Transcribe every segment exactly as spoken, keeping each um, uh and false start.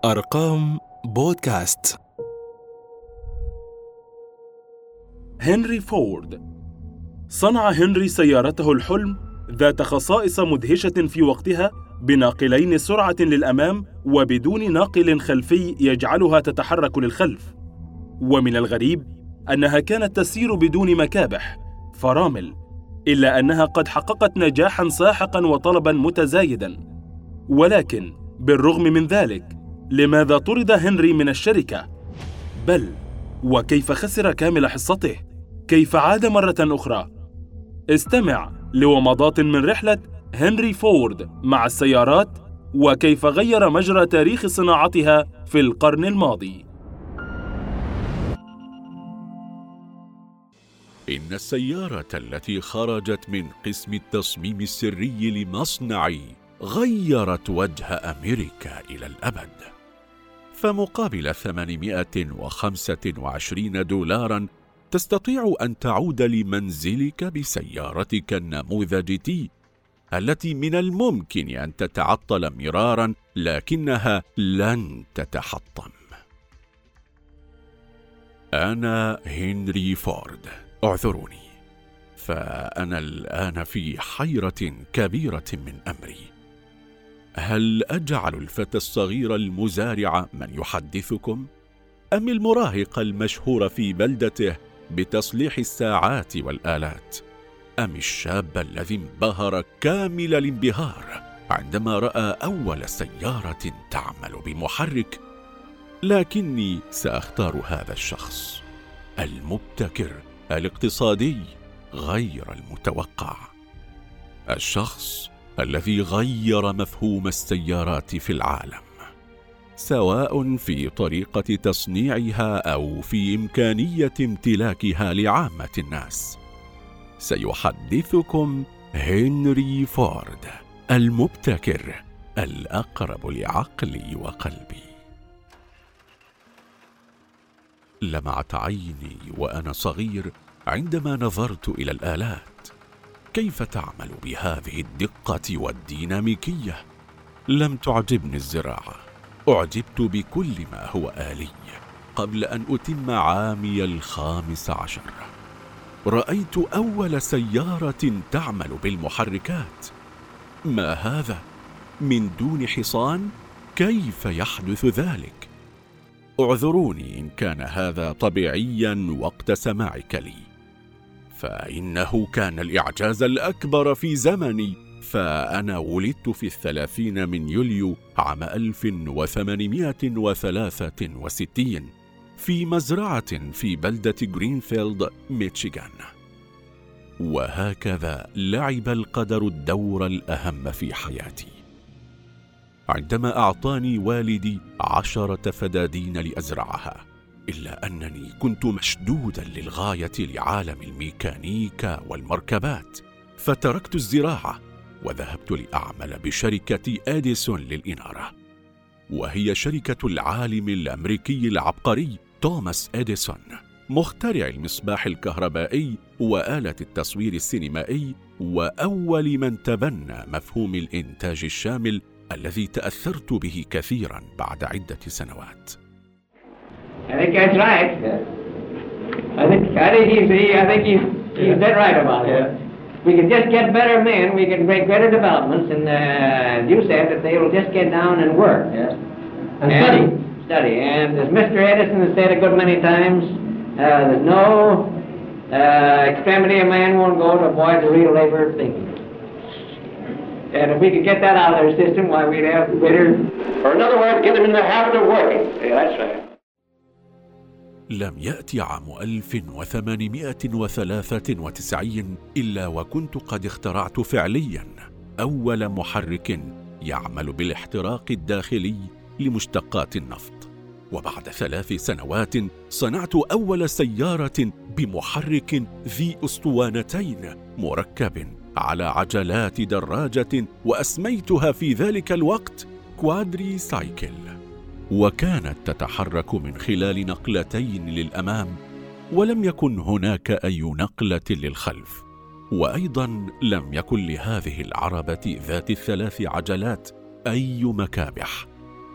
أرقام بودكاست. هنري فورد. صنع هنري سيارته الحلم ذات خصائص مدهشة في وقتها، بناقلين سرعة للأمام وبدون ناقل خلفي يجعلها تتحرك للخلف. ومن الغريب أنها كانت تسير بدون مكابح فرامل، إلا أنها قد حققت نجاحاً ساحقاً وطلباً متزايداً. ولكن بالرغم من ذلك، لماذا طرد هنري من الشركة؟ بل وكيف خسر كامل حصته؟ كيف عاد مرة أخرى؟ استمع لومضات من رحلة هنري فورد مع السيارات، وكيف غير مجرى تاريخ صناعتها في القرن الماضي. إن السيارة التي خرجت من قسم التصميم السري لمصنعي غيرت وجه أمريكا إلى الأبد. فمقابل ثمانمائة وخمسة وعشرين دولاراً تستطيع أن تعود لمنزلك بسيارتك النموذج تي، التي من الممكن أن تتعطل مراراً لكنها لن تتحطم. أنا هنري فورد. اعذروني، فأنا الآن في حيرة كبيرة من أمري. هل أجعل الفتى الصغير المزارع من يحدثكم؟ أم المراهق المشهور في بلدته بتصليح الساعات والآلات؟ أم الشاب الذي انبهر كامل الانبهار عندما رأى أول سيارة تعمل بمحرك؟ لكني سأختار هذا الشخص المبتكر، الاقتصادي، غير المتوقع، الشخص الذي غير مفهوم السيارات في العالم، سواء في طريقة تصنيعها أو في إمكانية امتلاكها لعامة الناس. سيحدثكم هنري فورد، المبتكر الأقرب لعقلي وقلبي. لمعت عيني وأنا صغير عندما نظرت إلى الآلات، كيف تعمل بهذه الدقة والديناميكية. لم تعجبني الزراعة، أعجبت بكل ما هو آلي. قبل أن أتم عامي الخامس عشر رأيت أول سيارة تعمل بالمحركات. ما هذا؟ من دون حصان؟ كيف يحدث ذلك؟ اعذروني إن كان هذا طبيعيا وقت سماعك لي، فإنه كان الإعجاز الأكبر في زمني. فأنا ولدت في الثلاثين من يوليو عام ألف وثمانمائة وثلاثة وستين في مزرعة في بلدة غرينفيلد، ميشيغان. وهكذا لعب القدر الدور الأهم في حياتي، عندما أعطاني والدي عشرة فدادين لأزرعها. إلا أنني كنت مشدودا للغاية لعالم الميكانيكا والمركبات، فتركت الزراعة وذهبت لأعمل بشركة إديسون للإنارة، وهي شركة العالم الأمريكي العبقري توماس إديسون، مخترع المصباح الكهربائي وآلة التصوير السينمائي، وأول من تبنى مفهوم الإنتاج الشامل الذي تأثرت به كثيرا بعد عدة سنوات. I think that's right. Yeah. I think I think he's he, I think he's he's yeah. dead right about it. Yeah. We can just get better men. We can make better developments, and uh, you said that they will just get down and work. Yes. And, and study. Study. And as Mister Edison has said a good many times, uh, there's no uh, extremity a man won't go to avoid the real labor of thinking. And if we could get that out of their system, why we'd have better. Or in other words, get them in the habit of working. Yeah, that's right. لم يأتي عام ألف وثمانمائة وثلاثة وتسعين إلا وكنت قد اخترعت فعليا أول محرك يعمل بالاحتراق الداخلي لمشتقات النفط. وبعد ثلاث سنوات صنعت أول سيارة بمحرك ذي أسطوانتين مركب على عجلات دراجة، وأسميتها في ذلك الوقت كوادري سايكل، وكانت تتحرك من خلال نقلتين للأمام، ولم يكن هناك أي نقلة للخلف. وأيضا لم يكن لهذه العربة ذات الثلاث عجلات أي مكابح،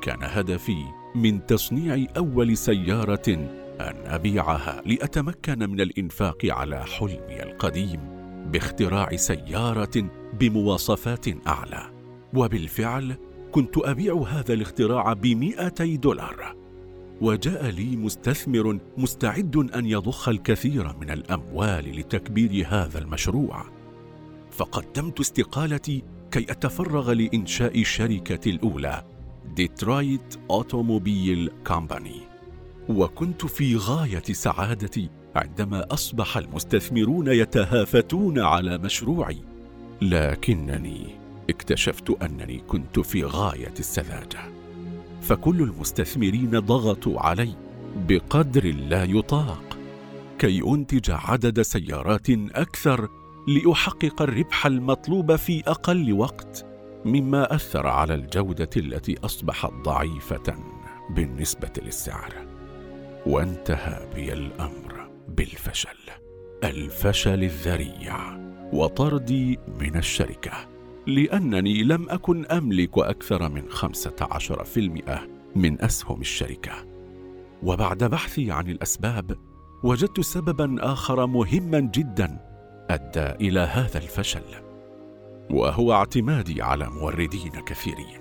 كان هدفي من تصنيع أول سيارة أن أبيعها لأتمكن من الإنفاق على حلمي القديم باختراع سيارة بمواصفات أعلى. وبالفعل كنت أبيع هذا الاختراع بمئتي دولار، وجاء لي مستثمر مستعد أن يضخ الكثير من الأموال لتكبير هذا المشروع، فقدمت استقالتي كي أتفرغ لإنشاء شركتي الأولى، ديترويت أوتوموبيل كومباني. وكنت في غاية سعادتي عندما أصبح المستثمرون يتهافتون على مشروعي، لكنني اكتشفت أنني كنت في غاية السذاجة، فكل المستثمرين ضغطوا علي بقدر لا يطاق كي أنتج عدد سيارات أكثر لأحقق الربح المطلوب في أقل وقت، مما أثر على الجودة التي أصبحت ضعيفة بالنسبة للسعر. وانتهى بي الأمر بالفشل، الفشل الذريع، وطردي من الشركة، لأنني لم أكن أملك أكثر من خمسة عشر بالمئة من أسهم الشركة. وبعد بحثي عن الأسباب وجدت سبباً آخر مهماً جداً أدى إلى هذا الفشل، وهو اعتمادي على موردين كثيرين،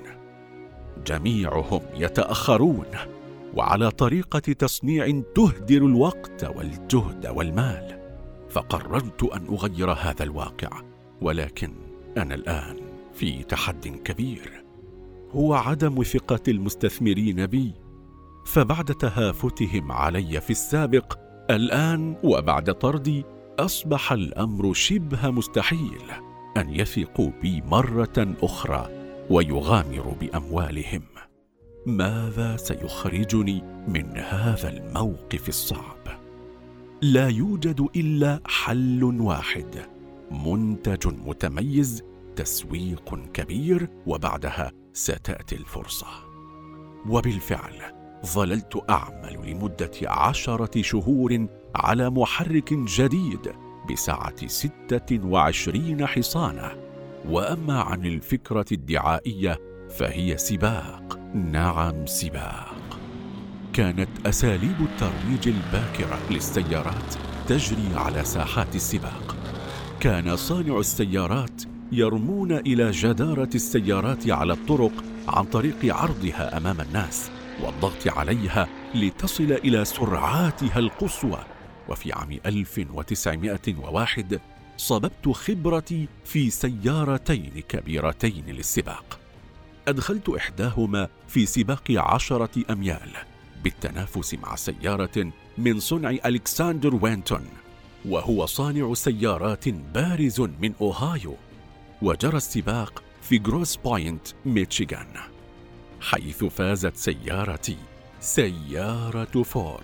جميعهم يتأخرون وعلى طريقة تصنيع تهدر الوقت والجهد والمال. فقررت أن أغير هذا الواقع، ولكن أنا الآن في تحد كبير، هو عدم ثقة المستثمرين بي. فبعد تهافتهم علي في السابق، الآن وبعد طردي أصبح الأمر شبه مستحيل أن يثقوا بي مرة أخرى ويغامروا بأموالهم. ماذا سيخرجني من هذا الموقف الصعب؟ لا يوجد إلا حل واحد: منتج متميز، تسويق كبير، وبعدها ستأتي الفرصة. وبالفعل ظللت أعمل لمدة عشرة شهور على محرك جديد بسعة ستة وعشرين حصانة. وأما عن الفكرة الدعائية فهي سباق، نعم سباق. كانت أساليب الترويج الباكرة للسيارات تجري على ساحات السباق. كان صانع السيارات يرمون إلى جدارة السيارات على الطرق عن طريق عرضها أمام الناس والضغط عليها لتصل إلى سرعاتها القصوى. وفي عام ألف وتسعمائة وواحد صببت خبرتي في سيارتين كبيرتين للسباق. أدخلت إحداهما في سباق عشرة أميال بالتنافس مع سيارة من صنع ألكسندر وينتون، وهو صانع سيارات بارز من أوهايو. وجرى السباق في جروس بوينت، ميشيغان، حيث فازت سيارتي، سيارة فورد.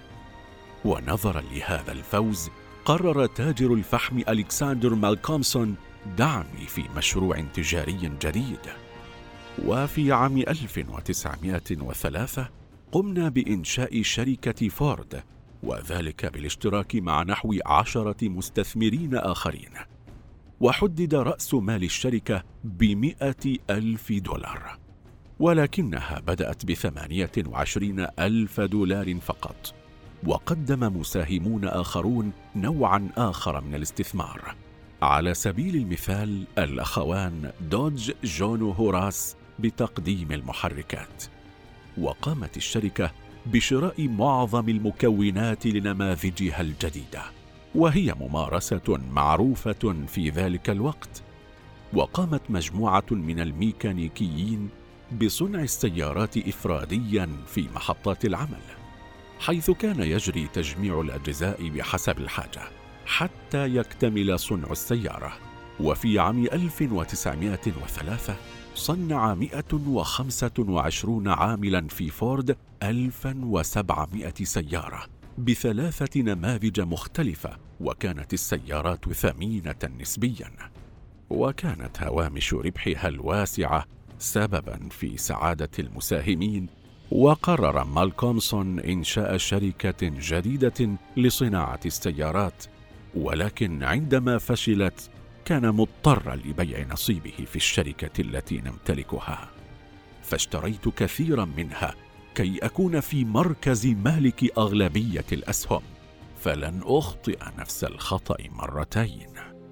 ونظرا لهذا الفوز قرر تاجر الفحم ألكسندر مالكومسون دعمي في مشروع تجاري جديد. وفي عام ألف وتسعمائة وثلاثة قمنا بإنشاء شركة فورد، وذلك بالاشتراك مع نحو عشرة مستثمرين آخرين. وحدد رأس مال الشركة بمئة ألف دولار، ولكنها بدأت بثمانية وعشرين ألف دولار فقط. وقدم مساهمون آخرون نوعاً آخر من الاستثمار، على سبيل المثال الأخوان دوج جون هوراس بتقديم المحركات. وقامت الشركة بشراء معظم المكونات لنماذجها الجديدة، وهي ممارسة معروفة في ذلك الوقت. وقامت مجموعة من الميكانيكيين بصنع السيارات إفرادياً في محطات العمل، حيث كان يجري تجميع الأجزاء بحسب الحاجة حتى يكتمل صنع السيارة. وفي عام ألف وتسعمائة وثلاثة صنع مئة وخمسة وعشرين عاملاً في فورد ألف وسبعمائة سيارة بثلاثة نماذج مختلفة، وكانت السيارات ثمينة نسبياً. وكانت هوامش ربحها الواسعة سبباً في سعادة المساهمين. وقرر مالكومسون إنشاء شركة جديدة لصناعة السيارات، ولكن عندما فشلت كان مضطرا لبيع نصيبه في الشركة التي نمتلكها. فاشتريت كثيرا منها كي أكون في مركز مالك أغلبية الأسهم، فلن أخطئ نفس الخطأ مرتين.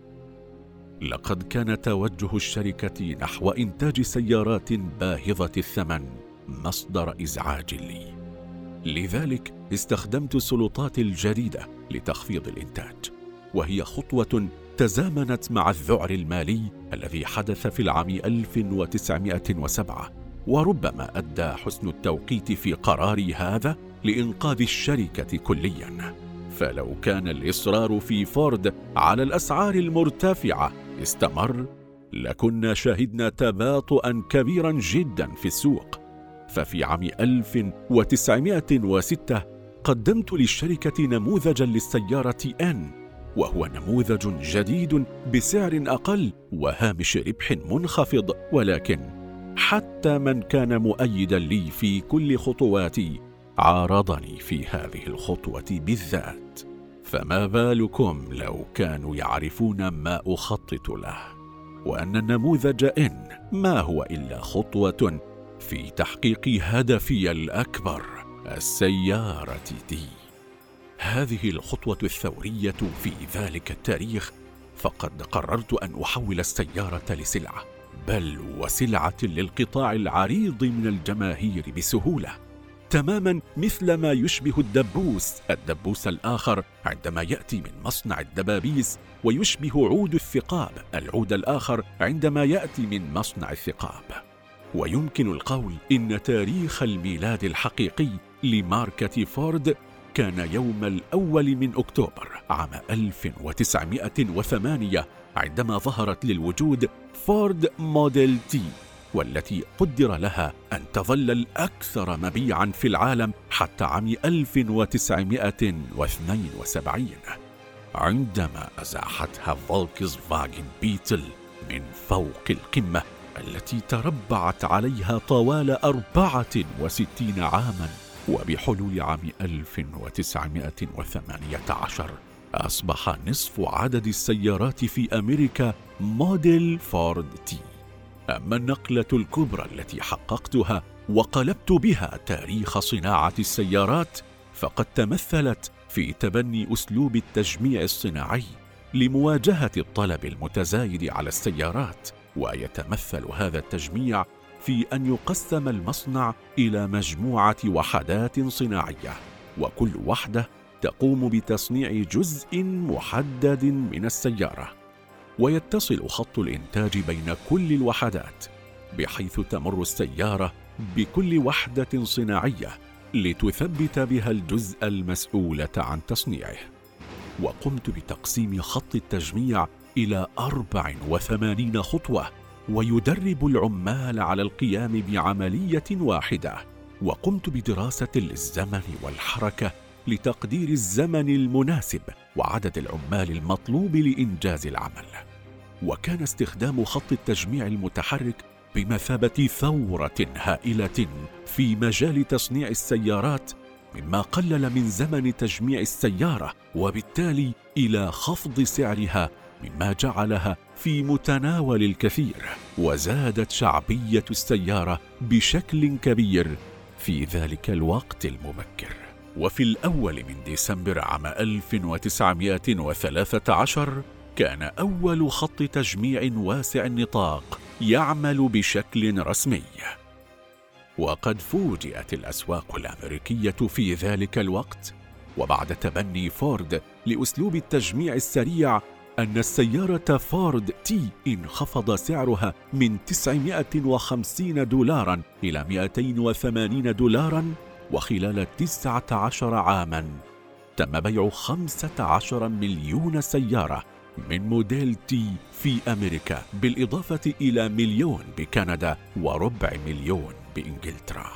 لقد كان توجه الشركة نحو إنتاج سيارات باهظة الثمن مصدر إزعاج لي، لذلك استخدمت السلطات الجديدة لتخفيض الإنتاج، وهي خطوة تزامنت مع الذعر المالي الذي حدث في العام ألف وتسعمائة وسبعة، وربما أدى حسن التوقيت في قراري هذا لإنقاذ الشركة كلياً. فلو كان الإصرار في فورد على الأسعار المرتفعة استمر، لكنا شهدنا تباطؤاً كبيراً جداً في السوق. ففي عام ألف وتسعمائة وستة قدمت للشركة نموذجاً للسيارة N، وهو نموذج جديد بسعر أقل وهامش ربح منخفض، ولكن حتى من كان مؤيداً لي في كل خطواتي عارضني في هذه الخطوة بالذات. فما بالكم لو كانوا يعرفون ما أخطط له، وأن النموذج N ما هو إلا خطوة في تحقيق هدفي الأكبر، السيارة دي. هذه الخطوة الثورية في ذلك التاريخ، فقد قررت أن أحول السيارة لسلعة، بل وسلعة للقطاع العريض من الجماهير بسهولة، تماما مثل ما يشبه الدبوس الدبوس الآخر عندما يأتي من مصنع الدبابيس، ويشبه عود الثقاب العود الآخر عندما يأتي من مصنع الثقاب. ويمكن القول إن تاريخ الميلاد الحقيقي لماركة فورد كان يوم الأول من أكتوبر عام ألف وتسعمائة وثمانية، عندما ظهرت للوجود فورد موديل تي، والتي قدر لها أن تظل الأكثر مبيعاً في العالم حتى عام ألف وتسعمائة واثنين وسبعين، عندما أزاحتها فولكس فاجن بيتل من فوق القمة التي تربعت عليها طوال أربعة وستين عاماً. وبحلول عام ألف وتسعمائة وثمانية عشر أصبح نصف عدد السيارات في أمريكا موديل فورد تي. أما النقلة الكبرى التي حققتها وقلبت بها تاريخ صناعة السيارات، فقد تمثلت في تبني أسلوب التجميع الصناعي لمواجهة الطلب المتزايد على السيارات. ويتمثل هذا التجميع في أن يقسم المصنع إلى مجموعة وحدات صناعية، وكل وحدة تقوم بتصنيع جزء محدد من السيارة، ويتصل خط الإنتاج بين كل الوحدات، بحيث تمر السيارة بكل وحدة صناعية لتثبت بها الجزء المسؤول عن تصنيعه. وقمت بتقسيم خط التجميع إلى أربع وثمانين خطوة، ويدرب العمال على القيام بعملية واحدة. وقمت بدراسة للزمن والحركة لتقدير الزمن المناسب وعدد العمال المطلوب لإنجاز العمل. وكان استخدام خط التجميع المتحرك بمثابة ثورة هائلة في مجال تصنيع السيارات، مما قلل من زمن تجميع السيارة، وبالتالي إلى خفض سعرها، مما جعلها في متناول الكثير، وزادت شعبية السيارة بشكل كبير في ذلك الوقت المبكر. وفي الأول من ديسمبر عام ألف وتسعمائة وثلاثة عشر كان أول خط تجميع واسع النطاق يعمل بشكل رسمي. وقد فوجئت الأسواق الأمريكية في ذلك الوقت، وبعد تبني فورد لأسلوب التجميع السريع، أن السيارة فورد تي انخفض سعرها من تسعمائة وخمسين دولاراً إلى مئتين وثمانين دولاراً، وخلال تسعة عشر عاماً تم بيع خمسة عشر مليون سيارة من موديل تي في أمريكا، بالإضافة إلى مليون بكندا وربع مليون بإنجلترا.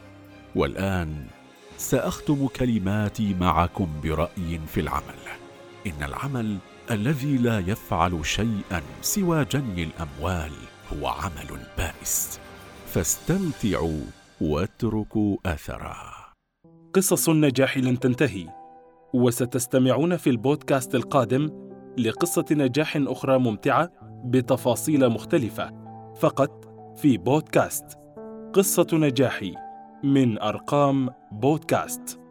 والآن سأختم كلماتي معكم برأي في العمل. إن العمل الذي لا يفعل شيئاً سوى جني الأموال هو عمل بائس، فاستمتعوا واتركوا أثرا. قصص النجاح لن تنتهي، وستستمعون في البودكاست القادم لقصة نجاح أخرى ممتعة بتفاصيل مختلفة، فقط في بودكاست قصة نجاحي من أرقام بودكاست.